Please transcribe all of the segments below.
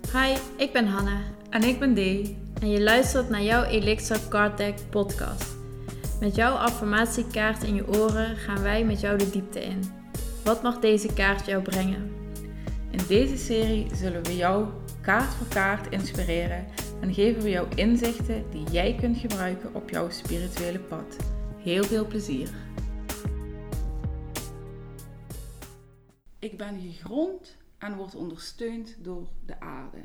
Hi, ik ben Hanna. En ik ben Dee. En je luistert naar jouw Elixir Card Deck podcast. Met jouw affirmatiekaart in je oren gaan wij met jou de diepte in. Wat mag deze kaart jou brengen? In deze serie zullen we jou kaart voor kaart inspireren en geven we jou inzichten die jij kunt gebruiken op jouw spirituele pad. Heel veel plezier! Ik ben gegrond en word ondersteund door de aarde.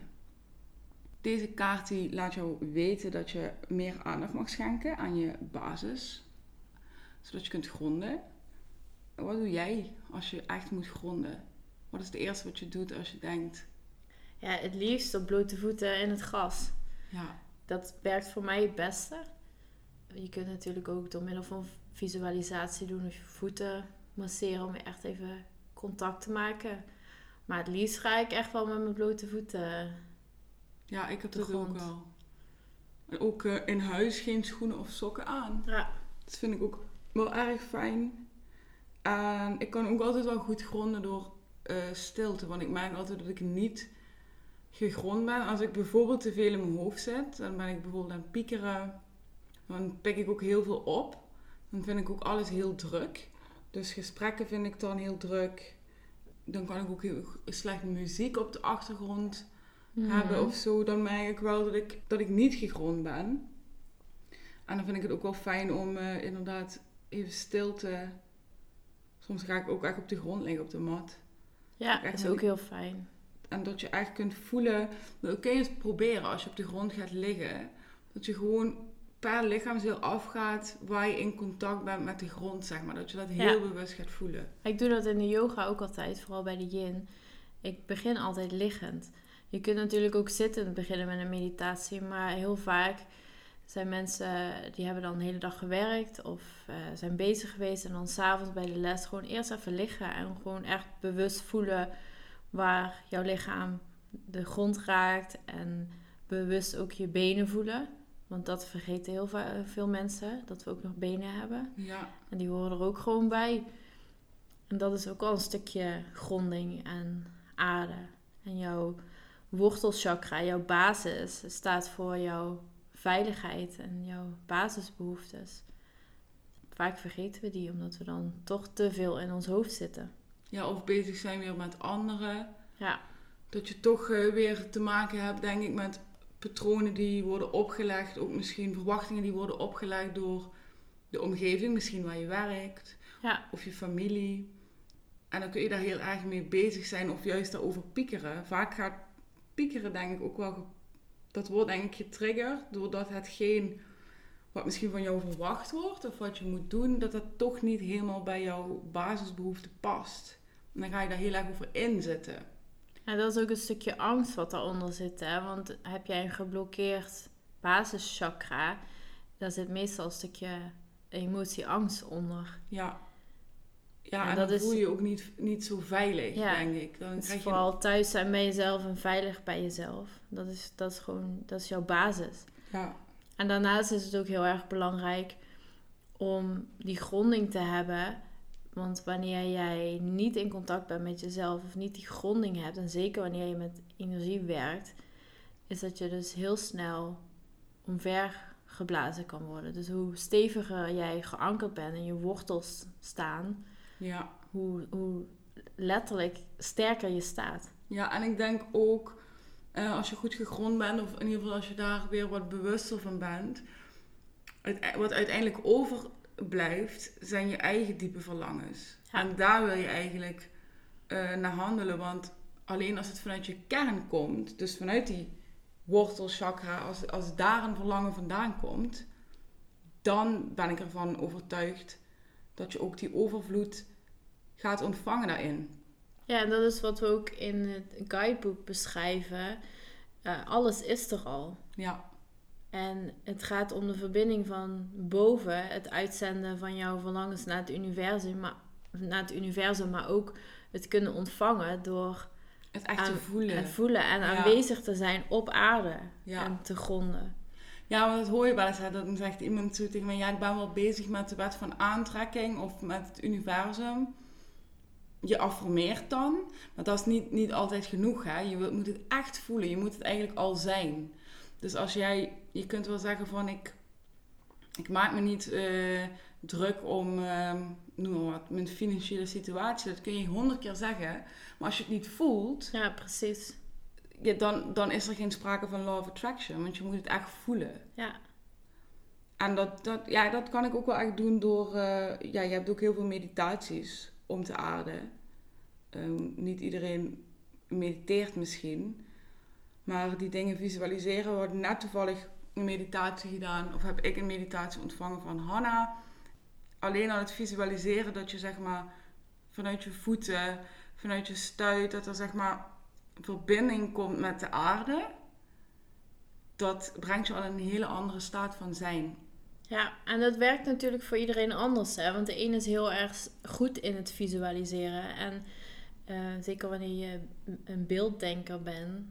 Deze kaart die laat jou weten dat je meer aandacht mag schenken aan je basis, zodat je kunt gronden. Wat doe jij als je echt moet gronden? Wat is het eerste wat je doet als je denkt? Ja, het liefst op blote voeten in het gras. Ja. Dat werkt voor mij het beste. Je kunt natuurlijk ook door middel van visualisatie doen of je voeten masseren om echt even contact te maken. Maar het liefst ga ik echt wel met mijn blote voeten. Ja, ik heb dat ook wel. En ook in huis geen schoenen of sokken aan. Ja. Dat vind ik ook wel erg fijn. En ik kan ook altijd wel goed gronden door stilte. Want ik merk altijd dat ik niet gegrond ben. Als ik bijvoorbeeld te veel in mijn hoofd zit, dan ben ik bijvoorbeeld aan het piekeren. Dan pik ik ook heel veel op. Dan vind ik ook alles heel druk. Dus gesprekken vind ik dan heel druk. Dan kan ik ook heel slecht muziek op de achtergrond hebben of zo. Dan merk ik wel dat ik niet gegrond ben. En dan vind ik het ook wel fijn om inderdaad even stilte. Soms ga ik ook echt op de grond liggen op de mat. Ja, dat is ook heel fijn. En dat je echt kunt voelen. Dat kun je eens proberen als je op de grond gaat liggen. Dat je gewoon per lichaamsdeel afgaat waar je in contact bent met de grond, zeg maar. Dat je dat heel bewust gaat voelen. Ik doe dat in de yoga ook altijd, vooral bij de yin. Ik begin altijd liggend. Je kunt natuurlijk ook zittend beginnen met een meditatie, maar heel vaak zijn mensen die hebben dan de hele dag gewerkt of zijn bezig geweest en dan 's avonds bij de les gewoon eerst even liggen en gewoon echt bewust voelen waar jouw lichaam de grond raakt en bewust ook je benen voelen. Want dat vergeten heel veel mensen, dat we ook nog benen hebben. Ja. En die horen er ook gewoon bij. En dat is ook al een stukje gronding en aarde. En jouw wortelchakra, jouw basis, staat voor jouw veiligheid en jouw basisbehoeftes. Vaak vergeten we die, omdat we dan toch te veel in ons hoofd zitten. Ja, of bezig zijn weer met anderen. Ja. Dat je toch weer te maken hebt, denk ik, met patronen die worden opgelegd. Ook misschien verwachtingen die worden opgelegd door de omgeving. Misschien waar je werkt. Ja. Of je familie. En dan kun je daar heel erg mee bezig zijn. Of juist daarover piekeren. Vaak gaat piekeren denk ik ook wel. Dat wordt denk ik getriggerd. Doordat hetgeen wat misschien van jou verwacht wordt. Of wat je moet doen. Dat toch niet helemaal bij jouw basisbehoefte past. En dan ga je daar heel erg over inzitten. En dat is ook een stukje angst wat daaronder zit. Hè? Want heb jij een geblokkeerd basischakra, daar zit meestal een stukje emotie angst onder. Ja, en dan voel je je ook niet zo veilig, denk ik. Dan het krijg is vooral thuis zijn bij jezelf en veilig bij jezelf. Dat is jouw basis. Ja. En daarnaast is het ook heel erg belangrijk om die gronding te hebben. Want wanneer jij niet in contact bent met jezelf of niet die gronding hebt, en zeker wanneer je met energie werkt, is dat je dus heel snel omver geblazen kan worden. Dus hoe steviger jij geankerd bent en je wortels staan, hoe letterlijk sterker je staat. Ja, en ik denk ook, als je goed gegrond bent, of in ieder geval als je daar weer wat bewuster van bent, wat uiteindelijk overblijft, zijn je eigen diepe verlangens. Ja. En daar wil je eigenlijk naar handelen, want alleen als het vanuit je kern komt, dus vanuit die wortelchakra, als daar een verlangen vandaan komt, dan ben ik ervan overtuigd dat je ook die overvloed gaat ontvangen daarin. Ja, en dat is wat we ook in het guidebook beschrijven. Alles is er al. Ja. En het gaat om de verbinding van boven, het uitzenden van jouw verlangens naar het universum, maar ook het kunnen ontvangen door het echt te voelen. Het voelen en aanwezig te zijn op aarde en te gronden. Ja, maar dat hoor je wel eens. Dan zegt iemand zo tegen mij, ik ben wel bezig met de wet van aantrekking of met het universum. je affirmeert dan. Maar dat is niet altijd genoeg. Hè? Je moet het echt voelen. Je moet het eigenlijk al zijn. Dus als je kunt wel zeggen van ik maak me niet druk om noem maar wat, mijn financiële situatie. Dat kun je 100 keer zeggen. Maar als je het niet voelt, Ja, precies. dan is er geen sprake van law of attraction. Want je moet het echt voelen. Ja. En dat kan ik ook wel echt doen door... je hebt ook heel veel meditaties om te aarden. Niet iedereen mediteert misschien. Maar die dingen visualiseren. We hadden net toevallig een meditatie gedaan. Of heb ik een meditatie ontvangen van Hanna. Alleen al het visualiseren dat je zeg maar vanuit je voeten, vanuit je stuit, dat er zeg maar verbinding komt met de aarde. Dat brengt je al in een hele andere staat van zijn. Ja, en dat werkt natuurlijk voor iedereen anders. Hè? Want de ene is heel erg goed in het visualiseren. En zeker wanneer je een beelddenker bent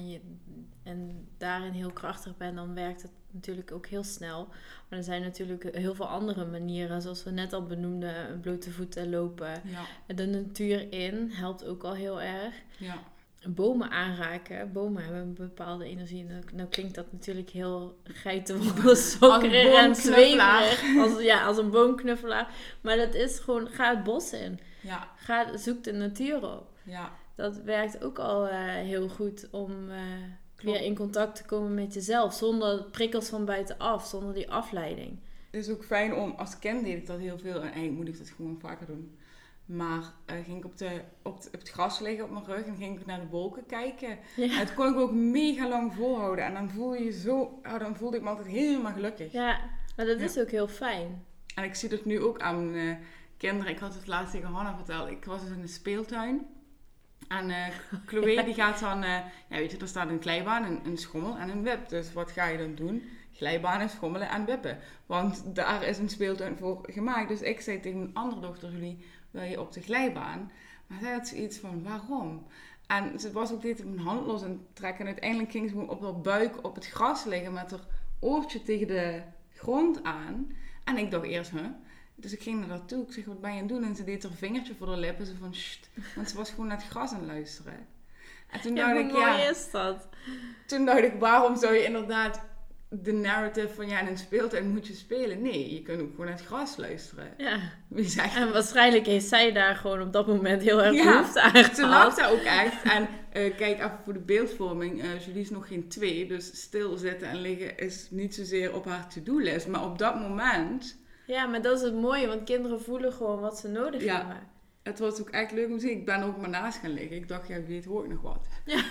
en daarin heel krachtig bent, dan werkt het natuurlijk ook heel snel. Maar er zijn natuurlijk heel veel andere manieren. Zoals we net al benoemden, blote voeten lopen. Ja. De natuur in helpt ook al heel erg. Ja. Bomen aanraken. Bomen hebben een bepaalde energie. Nou klinkt dat natuurlijk heel geitenwollensokkerig en zweverig. Als een boomknuffelaar. Maar dat is gewoon, ga het bos in. Ja. Zoek de natuur op. Ja. Dat werkt ook al heel goed om weer in contact te komen met jezelf. Zonder prikkels van buitenaf. Zonder die afleiding. Het is ook fijn om, als kind deed ik dat heel veel. En eigenlijk moet ik dat gewoon vaker doen. Maar ging ik op het gras liggen op mijn rug en ging ik naar de wolken kijken. Ja. En dat kon ik ook mega lang volhouden. En dan dan voelde ik me altijd helemaal gelukkig. Ja, maar dat is ook heel fijn. En ik zie dat nu ook aan mijn kinderen. Ik had het laatst tegen Hanna verteld. Ik was dus in de speeltuin. En Chloe die gaat dan... weet je, er staat een glijbaan, een schommel en een wip. Dus wat ga je dan doen? Glijbanen, schommelen en wippen. Want daar is een speeltuin voor gemaakt. Dus ik zei tegen mijn andere dochter, Julie, wil je op de glijbaan? Maar zij had zoiets van, waarom? En ze was ook dit op mijn hand los en trekken. En uiteindelijk ging ze gewoon op haar buik op het gras liggen met haar oortje tegen de grond aan. En ik dacht eerst, Dus ik ging naar haar toe. Ik zeg, wat ben je aan het doen? En ze deed haar vingertje voor haar lippen. Ze van, sst. Want ze was gewoon naar het gras aan het luisteren. En toen dacht ik, hoe mooi is dat? Toen dacht ik, waarom zou je inderdaad de narrative van in een speeltuin moet je spelen? Nee, je kunt ook gewoon naar het gras luisteren. Ja. Wie zegt en waarschijnlijk heeft zij daar gewoon op dat moment heel erg behoefte aan gehad. Ze lag daar ook echt. En kijk, even voor de beeldvorming. Julie is nog geen 2. Dus stilzitten en liggen is niet zozeer op haar to-do-list. Maar op dat moment... Ja, maar dat is het mooie. Want kinderen voelen gewoon wat ze nodig hebben. Het was ook echt leuk om te zien. Ik ben er ook maar naast gaan liggen. Ik dacht, weet hoor ik nog wat. Ja.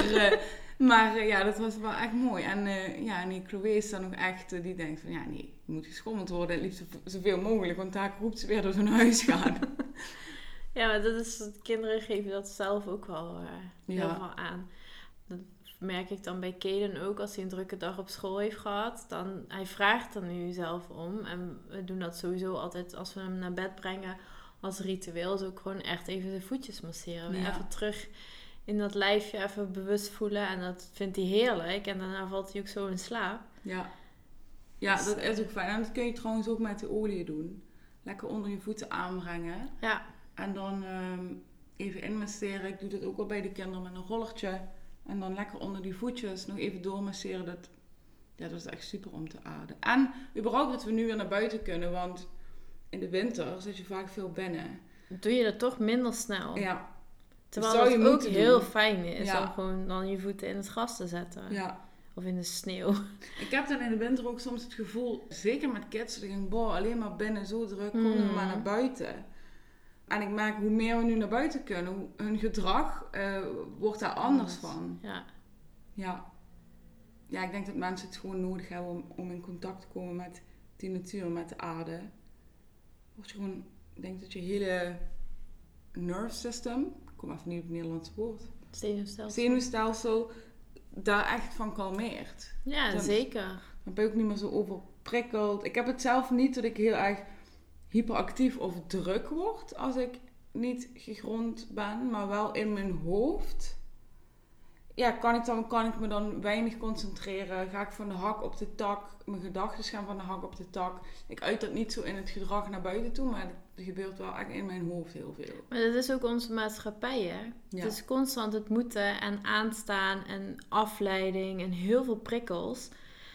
Maar dat was wel echt mooi. En Chloe is dan nog echt, die denkt van, nee, je moet geschommeld worden. Het liefst zoveel mogelijk, want daar roept ze weer door zo'n huis gaan. Ja, maar kinderen geven dat zelf ook wel heel veel aan. Dat merk ik dan bij Kaden ook, als hij een drukke dag op school heeft gehad. Hij vraagt er nu zelf om. En we doen dat sowieso altijd als we hem naar bed brengen als ritueel. Dus ook gewoon echt even zijn voetjes masseren. Ja. Even terug in dat lijfje even bewust voelen. En dat vindt hij heerlijk. En daarna valt hij ook zo in slaap. Ja, dus, dat is ook fijn. En dat kun je trouwens ook met de olie doen. Lekker onder je voeten aanbrengen. Ja. En dan even inmasseren. Ik doe dat ook al bij de kinderen met een rollertje. En dan lekker onder die voetjes nog even doormasseren. Dat is echt super om te aarden. En überhaupt dat we nu weer naar buiten kunnen. Want in de winter zit je vaak veel binnen. Doe je dat toch minder snel. Ja. Terwijl het ook heel fijn is om gewoon dan je voeten in het gras te zetten. Ja. Of in de sneeuw. Ik heb dan in de winter ook soms het gevoel, zeker met kids, dat ik denk, alleen maar binnen zo druk, komen we maar naar buiten. En ik merk, hoe meer we nu naar buiten kunnen, hun gedrag wordt daar anders van. Ja. Ja, ik denk dat mensen het gewoon nodig hebben om in contact te komen met die natuur, met de aarde. Word je gewoon, ik denk dat je hele nerve system, ik kom even niet op het Nederlandse woord. Zenuwstelsel, daar echt van kalmeert. Ja, zeker. Dan ben je ook niet meer zo overprikkeld. Ik heb het zelf niet dat ik heel erg hyperactief of druk word als ik niet gegrond ben, maar wel in mijn hoofd. kan ik me dan weinig concentreren. Ga ik van de hak op de tak. Mijn gedachten gaan van de hak op de tak. Ik uit dat niet zo in het gedrag naar buiten toe. Maar het gebeurt wel echt in mijn hoofd heel veel. Maar dat is ook onze maatschappij, hè? Ja. Het is constant het moeten en aanstaan en afleiding en heel veel prikkels.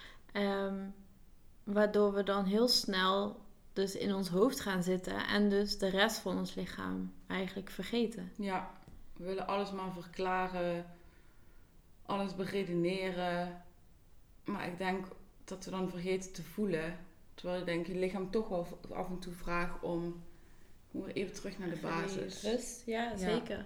Waardoor we dan heel snel dus in ons hoofd gaan zitten. En dus de rest van ons lichaam eigenlijk vergeten. Ja, we willen alles maar verklaren. Alles beredeneren. Maar ik denk dat we dan vergeten te voelen. Terwijl ik denk, je lichaam toch wel af en toe vraagt om weer even terug naar de basis. Rust, ja, zeker.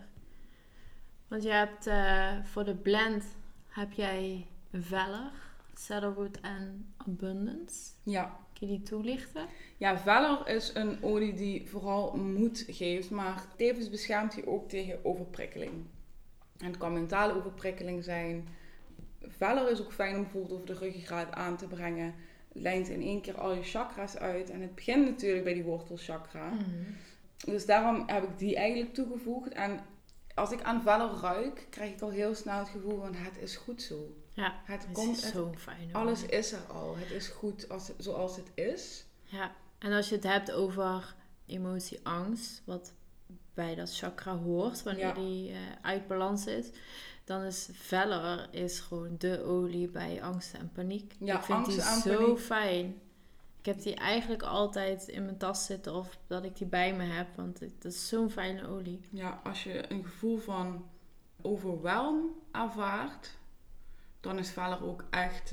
Want je hebt voor de blend heb jij Valor, Cedarwood en Abundance. Ja. Kun je die toelichten? Ja, Valor is een olie die vooral moed geeft, maar tevens beschermt hij ook tegen overprikkeling. En het kan mentale overprikkeling zijn. Valor is ook fijn om bijvoorbeeld over de ruggengraat aan te brengen. Lijnt in één keer al je chakra's uit. En het begint natuurlijk bij die wortelchakra. Mm-hmm. Dus daarom heb ik die eigenlijk toegevoegd. En als ik aan Valor ruik, krijg ik al heel snel het gevoel van het is goed zo. Ja, het is zo fijn. Alles is er al. Het is goed zoals het is. Ja, en als je het hebt over emotie, angst, wat bij dat chakra hoort, wanneer die uit balans is, dan is Valor gewoon de olie bij angst en paniek. Ja, ik vind die zo fijn. Ik heb die eigenlijk altijd in mijn tas zitten of dat ik die bij me heb, want het is zo'n fijne olie. Ja, als je een gevoel van overwhelm ervaart, dan is Valor ook echt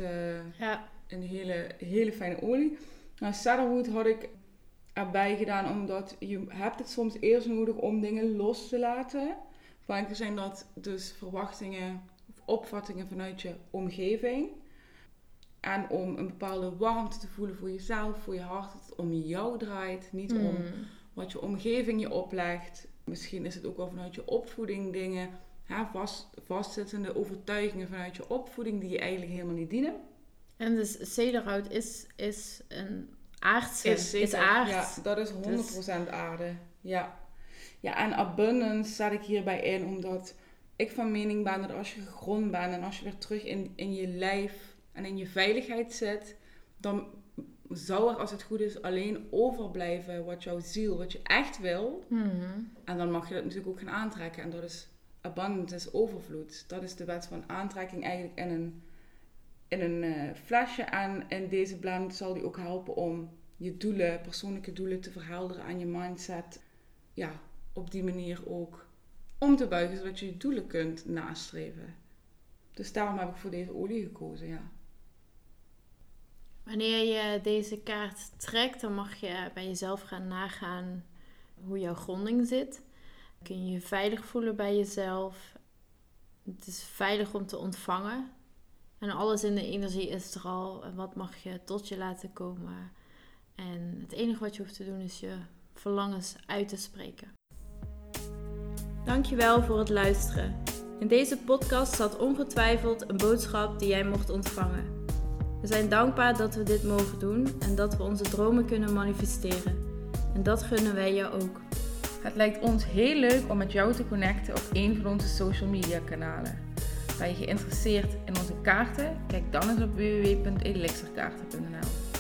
een hele fijne olie. Nou, Cedarwood had ik erbij gedaan omdat je hebt het soms eerst nodig om dingen los te laten. Vaak zijn dat dus verwachtingen of opvattingen vanuit je omgeving. En om een bepaalde warmte te voelen voor jezelf, voor je hart, dat het om jou draait. Niet om wat je omgeving je oplegt. Misschien is het ook wel vanuit je opvoeding dingen. Vastzittende overtuigingen vanuit je opvoeding die je eigenlijk helemaal niet dienen. En dus cedarhout is een aardse. Is aard. Ja, dat is 100% aarde. Ja. Ja, en abundance zet ik hierbij in omdat ik van mening ben dat als je gegrond bent en als je weer terug in je lijf en in je veiligheid zit, dan zou er, als het goed is, alleen overblijven wat jouw ziel, wat je echt wil. Mm-hmm. En dan mag je dat natuurlijk ook gaan aantrekken. En dat is abundance, is overvloed. Dat is de wet van aantrekking eigenlijk in een flesje. En in deze blend zal die ook helpen om je doelen, persoonlijke doelen te verhelderen aan je mindset. Ja, op die manier ook om te buigen, zodat je je doelen kunt nastreven. Dus daarom heb ik voor deze olie gekozen, ja. Wanneer je deze kaart trekt, dan mag je bij jezelf gaan nagaan hoe jouw gronding zit. Kun je je veilig voelen bij jezelf. Het is veilig om te ontvangen. En alles in de energie is er al. En wat mag je tot je laten komen? En het enige wat je hoeft te doen is je verlangens uit te spreken. Dankjewel voor het luisteren. In deze podcast zat ongetwijfeld een boodschap die jij mocht ontvangen. We zijn dankbaar dat we dit mogen doen en dat we onze dromen kunnen manifesteren. En dat gunnen wij jou ook. Het lijkt ons heel leuk om met jou te connecten op een van onze social media kanalen. Ben je geïnteresseerd in onze kaarten? Kijk dan eens op www.elixirkaarten.nl.